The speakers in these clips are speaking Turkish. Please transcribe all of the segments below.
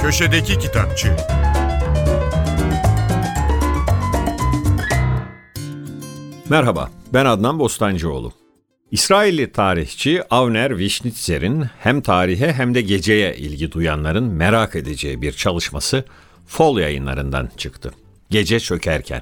Köşedeki Kitapçı. Merhaba, ben Adnan Bostancıoğlu. İsrailli tarihçi Avner Vişnitzer'in hem tarihe hem de geceye ilgi duyanların merak edeceği bir çalışması Fol Yayınlarından çıktı. Gece Çökerken.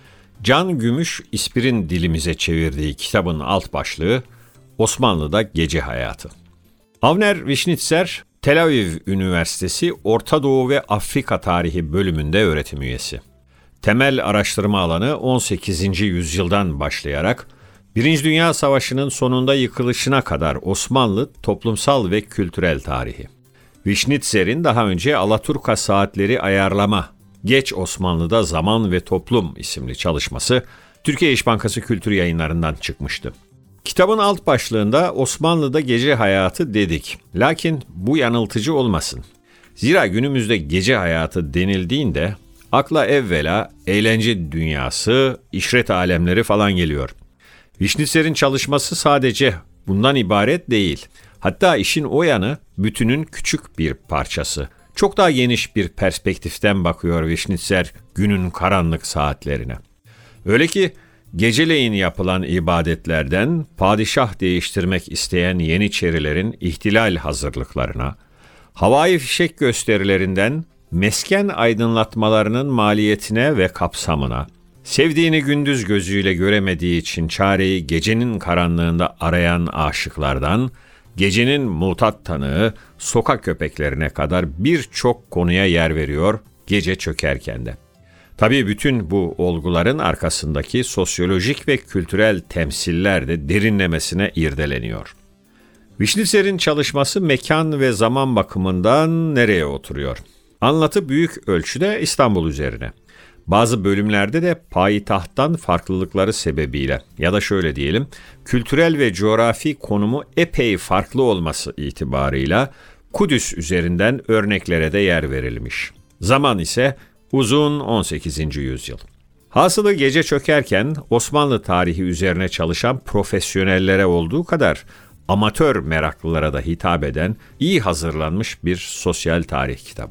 Can Gümüş İspir'in dilimize çevirdiği kitabın alt başlığı Osmanlı'da Gece Hayatı. Avner Vişnitzer, Tel Aviv Üniversitesi Orta Doğu ve Afrika Tarihi bölümünde öğretim üyesi. Temel araştırma alanı 18. yüzyıldan başlayarak Birinci Dünya Savaşı'nın sonunda yıkılışına kadar Osmanlı toplumsal ve kültürel tarihi. Vişnitzer'in daha önce Alaturka Saatleri Ayarlama, Geç Osmanlı'da Zaman ve Toplum isimli çalışması Türkiye İş Bankası Kültür Yayınlarından çıkmıştı. Kitabın alt başlığında Osmanlı'da gece hayatı dedik. Lakin bu yanıltıcı olmasın. Zira günümüzde gece hayatı denildiğinde akla evvela eğlence dünyası, işret alemleri falan geliyor. Vişnitzer'in çalışması sadece bundan ibaret değil. Hatta işin o yanı bütünün küçük bir parçası. Çok daha geniş bir perspektiften bakıyor Vişnitzer günün karanlık saatlerine. Öyle ki geceleyin yapılan ibadetlerden padişah değiştirmek isteyen Yeniçerilerin ihtilal hazırlıklarına, havai fişek gösterilerinden mesken aydınlatmalarının maliyetine ve kapsamına, sevdiğini gündüz gözüyle göremediği için çareyi gecenin karanlığında arayan aşıklardan, gecenin mutat tanığı, sokak köpeklerine kadar birçok konuya yer veriyor Gece Çökerken de. Tabii bütün bu olguların arkasındaki sosyolojik ve kültürel temsiller de derinlemesine irdeleniyor. Vişnitzer'in çalışması mekan ve zaman bakımından nereye oturuyor? Anlatı büyük ölçüde İstanbul üzerine. Bazı bölümlerde de payitahttan farklılıkları sebebiyle ya da şöyle diyelim, kültürel ve coğrafi konumu epey farklı olması itibarıyla Kudüs üzerinden örneklere de yer verilmiş. Zaman ise uzun 18. yüzyıl. Hasılı Gece Çökerken Osmanlı tarihi üzerine çalışan profesyonellere olduğu kadar amatör meraklılara da hitap eden iyi hazırlanmış bir sosyal tarih kitabı.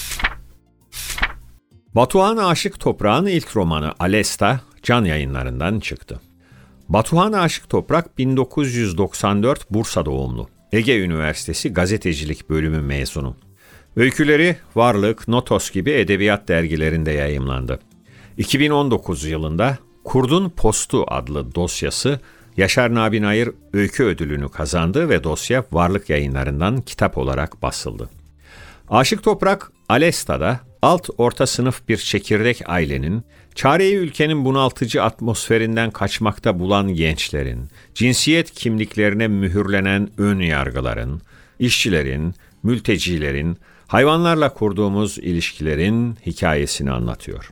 Batuhan Aşık Toprak'ın ilk romanı Alesta Can Yayınlarından çıktı. Batuhan Aşık Toprak 1994 Bursa doğumlu. Ege Üniversitesi Gazetecilik Bölümü mezunu. Öyküleri Varlık, Notos gibi edebiyat dergilerinde yayımlandı. 2019 yılında Kurdun Postu adlı dosyası Yaşar Nabi Nayır Öykü Ödülünü kazandı ve dosya Varlık Yayınlarından kitap olarak basıldı. Aşık Toprak, Alesta'da alt orta sınıf bir çekirdek ailenin, çareyi ülkenin bunaltıcı atmosferinden kaçmakta bulan gençlerin, cinsiyet kimliklerine mühürlenen ön yargıların, işçilerin, mültecilerin, hayvanlarla kurduğumuz ilişkilerin hikayesini anlatıyor.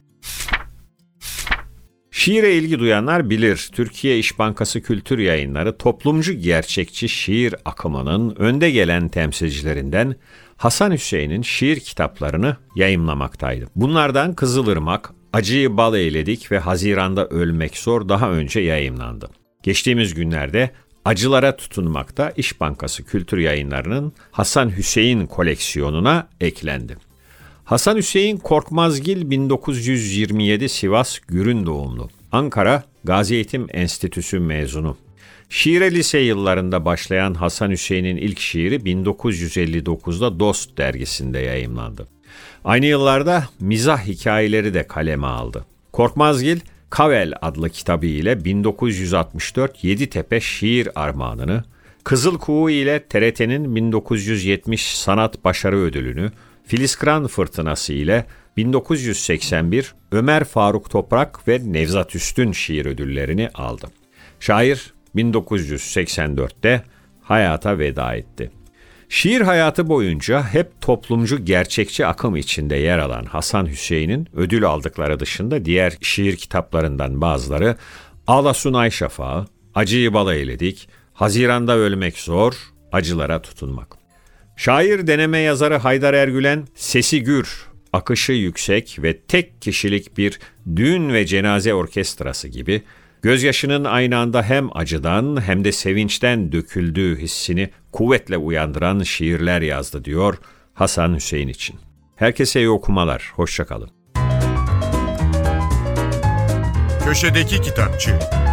Şiire ilgi duyanlar bilir, Türkiye İş Bankası Kültür Yayınları toplumcu gerçekçi şiir akımının önde gelen temsilcilerinden Hasan Hüseyin'in şiir kitaplarını yayımlamaktaydı. Bunlardan Kızılırmak, Acıyı Bal Eyledik ve Haziran'da Ölmek Zor daha önce yayımlandı. Geçtiğimiz günlerde Acılara Tutunmak'ta İş Bankası Kültür Yayınları'nın Hasan Hüseyin koleksiyonuna eklendi. Hasan Hüseyin Korkmazgil 1927 Sivas Gürün doğumlu. Ankara Gazi Eğitim Enstitüsü mezunu. Şiire lise yıllarında başlayan Hasan Hüseyin'in ilk şiiri 1959'da Dost dergisinde yayımlandı. Aynı yıllarda mizah hikayeleri de kaleme aldı. Korkmazgil, Kavel adlı kitabı ile 1964 Yeditepe Şiir Armağanını, Kızıl Kuğu ile TRT'nin 1970 Sanat Başarı Ödülünü, Filizkıran Fırtınası ile 1981 Ömer Faruk Toprak ve Nevzat Üstün şiir ödüllerini aldı. Şair 1984'te hayata veda etti. Şiir hayatı boyunca hep toplumcu gerçekçi akım içinde yer alan Hasan Hüseyin'in ödül aldıkları dışında diğer şiir kitaplarından bazıları Ağlasun Ay Şafağı, Acıyı Bal Eyledik, Haziran'da Ölmek Zor, Acılara Tutunmak. Şair deneme yazarı Haydar Ergülen, sesi gür, akışı yüksek ve tek kişilik bir düğün ve cenaze orkestrası gibi gözyaşının aynı anda hem acıdan hem de sevinçten döküldüğü hissini kuvvetle uyandıran şiirler yazdı diyor Hasan Hüseyin için. Herkese iyi okumalar, hoşça kalın. Köşedeki Kitapçı.